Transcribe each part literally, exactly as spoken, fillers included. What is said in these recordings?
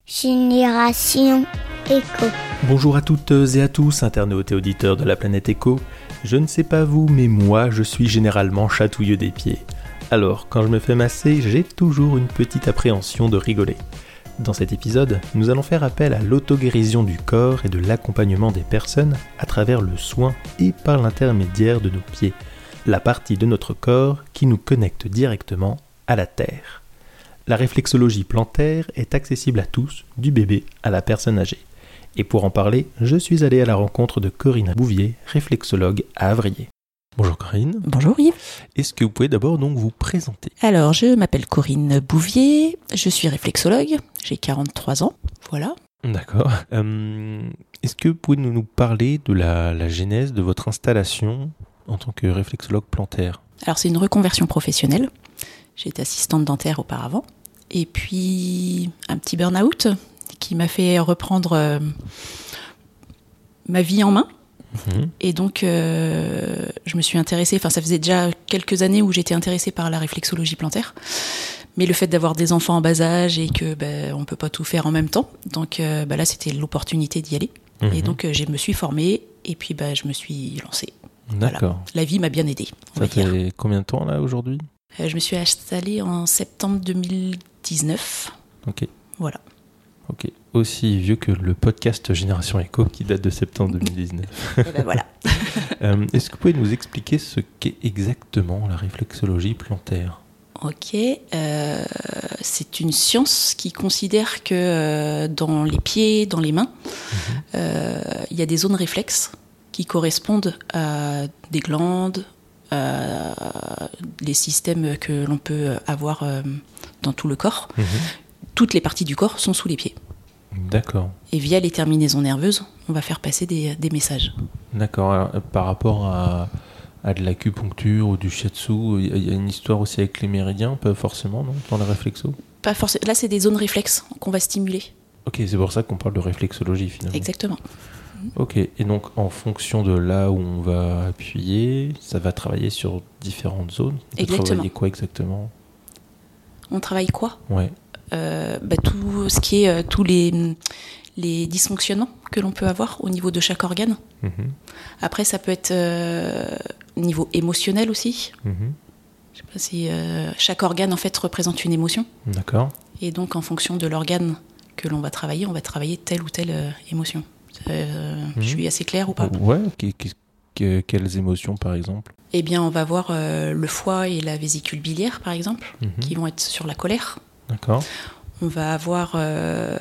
Génération Éco. Bonjour à toutes et à tous, internautes et auditeurs de la planète Éco. Je ne sais pas vous, mais moi, je suis généralement chatouilleux des pieds. Alors, quand je me fais masser, j'ai toujours une petite appréhension de rigoler. Dans cet épisode, nous allons faire appel à l'auto-guérison du corps et de l'accompagnement des personnes à travers le soin et par l'intermédiaire de nos pieds, la partie de notre corps qui nous connecte directement à la terre. La réflexologie plantaire est accessible à tous, du bébé à la personne âgée. Et pour en parler, je suis allé à la rencontre de Corinne Bouvier, réflexologue à Avrier. Bonjour Corinne. Bonjour Yves. Est-ce que vous pouvez d'abord donc vous présenter ? Alors, je m'appelle Corinne Bouvier, je suis réflexologue, j'ai quarante-trois ans, voilà. D'accord. Euh, est-ce que vous pouvez nous, nous parler de la, la genèse de votre installation en tant que réflexologue plantaire ? Alors, c'est une reconversion professionnelle. J'étais assistante dentaire auparavant. Et puis, un petit burn-out qui m'a fait reprendre euh, ma vie en main. Mmh. Et donc, euh, je me suis intéressée, enfin, ça faisait déjà quelques années où j'étais intéressée par la réflexologie plantaire. Mais le fait d'avoir des enfants en bas âge et que ben, on ne peut pas tout faire en même temps. Donc euh, ben là, c'était l'opportunité d'y aller. Mmh. Et donc, euh, je me suis formée et puis ben, je me suis lancée. D'accord. Voilà. La vie m'a bien aidée. On ça va fait dire. Combien de temps là aujourd'hui ? Euh, je me suis installée en septembre deux mille dix-neuf. Ok. Voilà. Ok. Aussi vieux que le podcast Génération Éco qui date de septembre deux mille dix-neuf. Et ben voilà. euh, est-ce que vous pouvez nous expliquer ce qu'est exactement la réflexologie plantaire ? Ok. Euh, c'est une science qui considère que euh, dans les pieds, dans les mains, mmh. euh, il y a des zones réflexes qui correspondent à des glandes, à les systèmes que l'on peut avoir euh, dans tout le corps. Mmh. Toutes les parties du corps sont sous les pieds. D'accord. Et via les terminaisons nerveuses, on va faire passer des, des messages. D'accord. Alors, par rapport à, à de l'acupuncture ou du shiatsu, il y a une histoire aussi avec les méridiens, pas forcément, non, dans la réflexo ? Pas forcément. Là, c'est des zones réflexes qu'on va stimuler. Ok, c'est pour ça qu'on parle de réflexologie finalement. Exactement. Ok, et donc en fonction de là où on va appuyer, ça va travailler sur différentes zones. On exactement. va travailler quoi exactement ? On travaille quoi ? Ouais. Euh, bah, tout ce qui est euh, tous les, les dysfonctionnements que l'on peut avoir au niveau de chaque organe. Mmh. Après, ça peut être euh, au niveau émotionnel aussi. Mmh. Je sais pas si euh, chaque organe en fait représente une émotion. D'accord. Et donc, en fonction de l'organe que l'on va travailler, on va travailler telle ou telle euh, émotion. Euh, mmh. Je suis assez claire ou pas ? Ouais. Que, quelles émotions, par exemple ? Eh bien, on va voir euh, le foie et la vésicule biliaire, par exemple, mmh. qui vont être sur la colère. D'accord. On va avoir euh,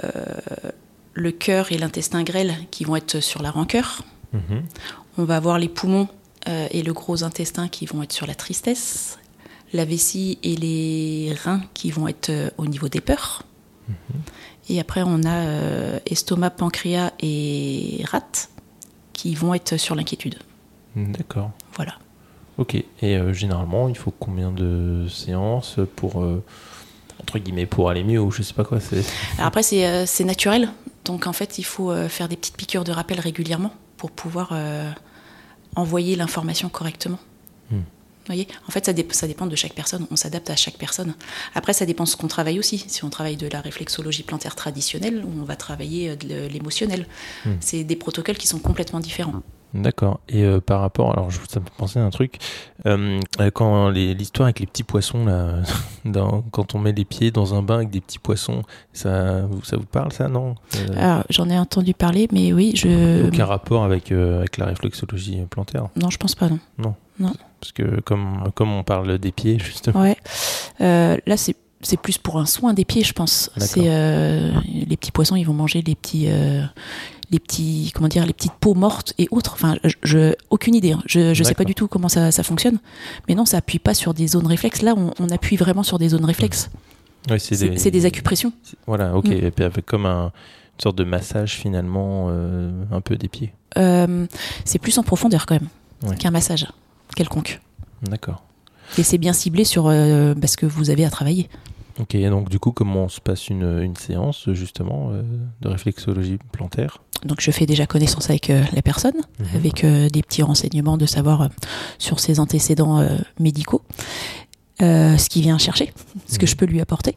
le cœur et l'intestin grêle qui vont être sur la rancœur. Mmh. On va avoir les poumons euh, et le gros intestin qui vont être sur la tristesse. La vessie et les reins qui vont être euh, au niveau des peurs. Mmh. Et après, on a euh, estomac, pancréas et rate qui vont être sur l'inquiétude. D'accord. Voilà. Ok. Et euh, généralement, il faut combien de séances pour... Euh... entre guillemets, pour aller mieux, ou je sais pas quoi. C'est... Alors après, c'est, euh, c'est naturel. Donc, en fait, il faut euh, faire des petites piqûres de rappel régulièrement pour pouvoir euh, envoyer l'information correctement. Hmm. Vous voyez ? En fait, ça, dé- ça dépend de chaque personne. On s'adapte à chaque personne. Après, ça dépend de ce qu'on travaille aussi. Si on travaille de la réflexologie plantaire traditionnelle, on va travailler de l'émotionnel. Hmm. C'est des protocoles qui sont complètement différents. D'accord. Et euh, par rapport, alors je ça me fait penser à un truc, euh, quand les, l'histoire avec les petits poissons là, dans, quand on met les pieds dans un bain avec des petits poissons, ça, ça vous parle ça, non ? euh, Alors, j'en ai entendu parler, mais oui, je. Aucun rapport avec euh, avec la réflexologie plantaire ? Non, je pense pas, non. Non. Non. Parce que comme comme on parle des pieds justement. Ouais. Euh, là, c'est c'est plus pour un soin des pieds, je pense. D'accord. C'est euh, les petits poissons, ils vont manger les petits. Euh, les petits comment dire les petites peaux mortes et autres, enfin je, je aucune idée hein. je je sais pas du tout comment ça ça fonctionne, mais non, ça appuie pas sur des zones réflexes. Là on, on appuie vraiment sur des zones réflexes. Ouais, c'est, c'est, des, c'est des acupressions. C'est, voilà, ok. Mm. Et puis avec comme un, une sorte de massage finalement euh, un peu des pieds. Euh, c'est plus en profondeur quand même, ouais. qu'un massage quelconque. D'accord. Et c'est bien ciblé sur euh, ce que vous avez à travailler. Ok, donc du coup, comment se passe une, une séance justement euh, de réflexologie plantaire ? Donc je fais déjà connaissance avec euh, la personne, mmh. avec euh, des petits renseignements de savoir euh, sur ses antécédents euh, médicaux, euh, ce qu'il vient chercher, ce mmh. que je peux lui apporter.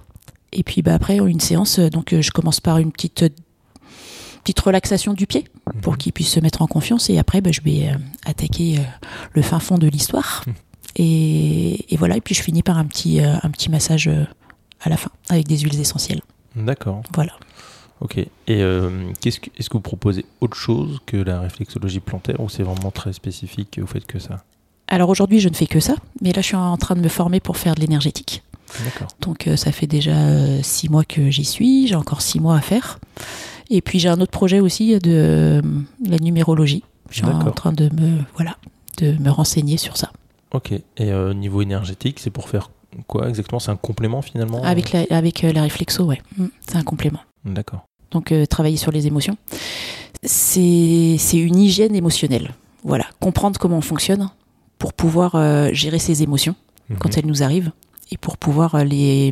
Et puis bah, après, une séance, donc je commence par une petite, petite relaxation du pied mmh. pour qu'il puisse se mettre en confiance. Et après, bah, je vais euh, attaquer euh, le fin fond de l'histoire. Mmh. Et, et voilà, et puis je finis par un petit, euh, un petit massage euh, à la fin, avec des huiles essentielles. D'accord. Voilà. Ok. Et euh, qu'est-ce que, est-ce que vous proposez autre chose que la réflexologie plantaire ou c'est vraiment très spécifique et vous faites que ça ? Alors aujourd'hui, je ne fais que ça, mais là, je suis en train de me former pour faire de l'énergétique. D'accord. Donc, euh, ça fait déjà euh, six mois que j'y suis. J'ai encore six mois à faire. Et puis, j'ai un autre projet aussi de euh, la numérologie. Je suis D'accord. en train de me, voilà, de me renseigner sur ça. Ok. Et euh, niveau énergétique, c'est pour faire quoi exactement ? C'est un complément finalement ? Avec la, avec euh, la réflexo, ouais. Mmh, c'est un complément. D'accord. Donc, euh, travailler sur les émotions. C'est, c'est une hygiène émotionnelle. Voilà. Comprendre comment on fonctionne pour pouvoir euh, gérer ses émotions mmh. quand elles nous arrivent et pour pouvoir euh, les...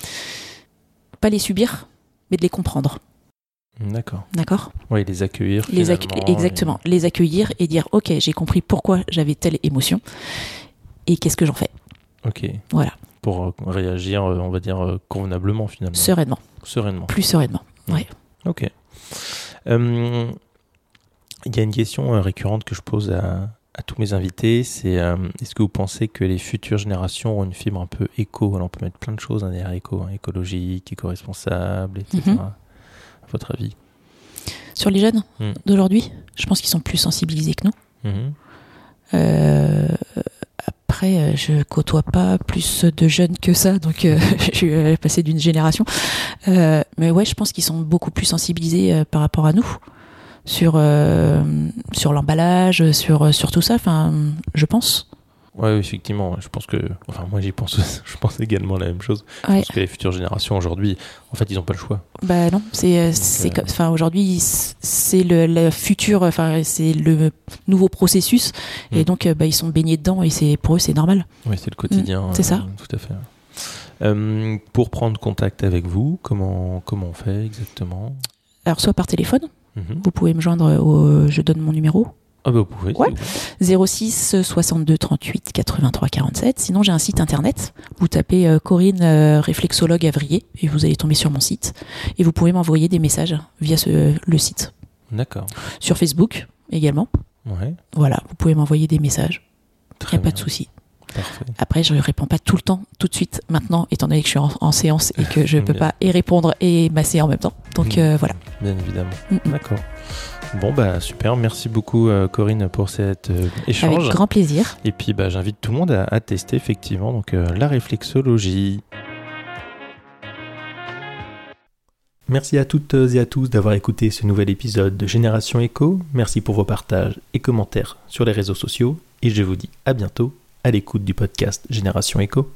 pas les subir, mais de les comprendre. D'accord. D'accord ? Oui, les accueillir. Les accu- exactement. Et... Les accueillir et dire, ok, j'ai compris pourquoi j'avais telle émotion et qu'est-ce que j'en fais. Ok. Voilà. Pour réagir, on va dire, convenablement finalement. Sereinement. Sereinement. Plus sereinement, mmh. oui. Ok. Euh, il y a une question récurrente que je pose à, à tous mes invités, c'est euh, est-ce que vous pensez que les futures générations ont une fibre un peu éco ? Alors on peut mettre plein de choses hein, derrière éco, hein, écologique, éco-responsable, et cetera. Mm-hmm. À votre avis ? Sur les jeunes mm. d'aujourd'hui, je pense qu'ils sont plus sensibilisés que nous. Mm-hmm. Euh, après, je côtoie pas plus de jeunes que ça, donc euh, je suis passée d'une génération. Euh, mais ouais, je pense qu'ils sont beaucoup plus sensibilisés euh, par rapport à nous sur euh, sur l'emballage, sur sur tout ça. Enfin, je pense. Ouais, effectivement. Je pense que, enfin, moi j'y pense. Je pense également la même chose. Je ouais. pense que les futures générations aujourd'hui, en fait, ils n'ont pas le choix. Bah non, c'est donc, c'est euh... enfin aujourd'hui c'est le, le futur, enfin c'est le nouveau processus mmh. et donc bah ils sont baignés dedans et c'est pour eux c'est normal. Oui, c'est le quotidien. Mmh, c'est ça. Euh, tout à fait. Euh, pour prendre contact avec vous, comment comment on fait exactement ? Alors soit par téléphone. Mmh. Vous pouvez me joindre au, je donne mon numéro. Ah bah vous pouvez. Ouais. zéro six soixante-deux trente-huit quatre-vingt-trois quarante-sept. Sinon j'ai un site internet. Vous tapez euh, Corinne euh, réflexologue Avrier et vous allez tomber sur mon site. Et vous pouvez m'envoyer des messages via ce, le site. D'accord. Sur Facebook également. Ouais. Voilà, vous pouvez m'envoyer des messages. Il n'y a pas de souci. Parfait. Après, je ne réponds pas tout le temps, tout de suite, maintenant, étant donné que je suis en, en séance et que je ne peux pas et répondre et masser en même temps. Donc euh, voilà. Bien évidemment. Mm-mm. D'accord. Bon, bah super. Merci beaucoup, euh, Corinne, pour cet euh, échange. Avec grand plaisir. Et puis, bah, j'invite tout le monde à, à tester, effectivement, donc, euh, la réflexologie. Merci à toutes et à tous d'avoir écouté ce nouvel épisode de Génération Éco. Merci pour vos partages et commentaires sur les réseaux sociaux. Et je vous dis à bientôt à l'écoute du podcast Génération Éco.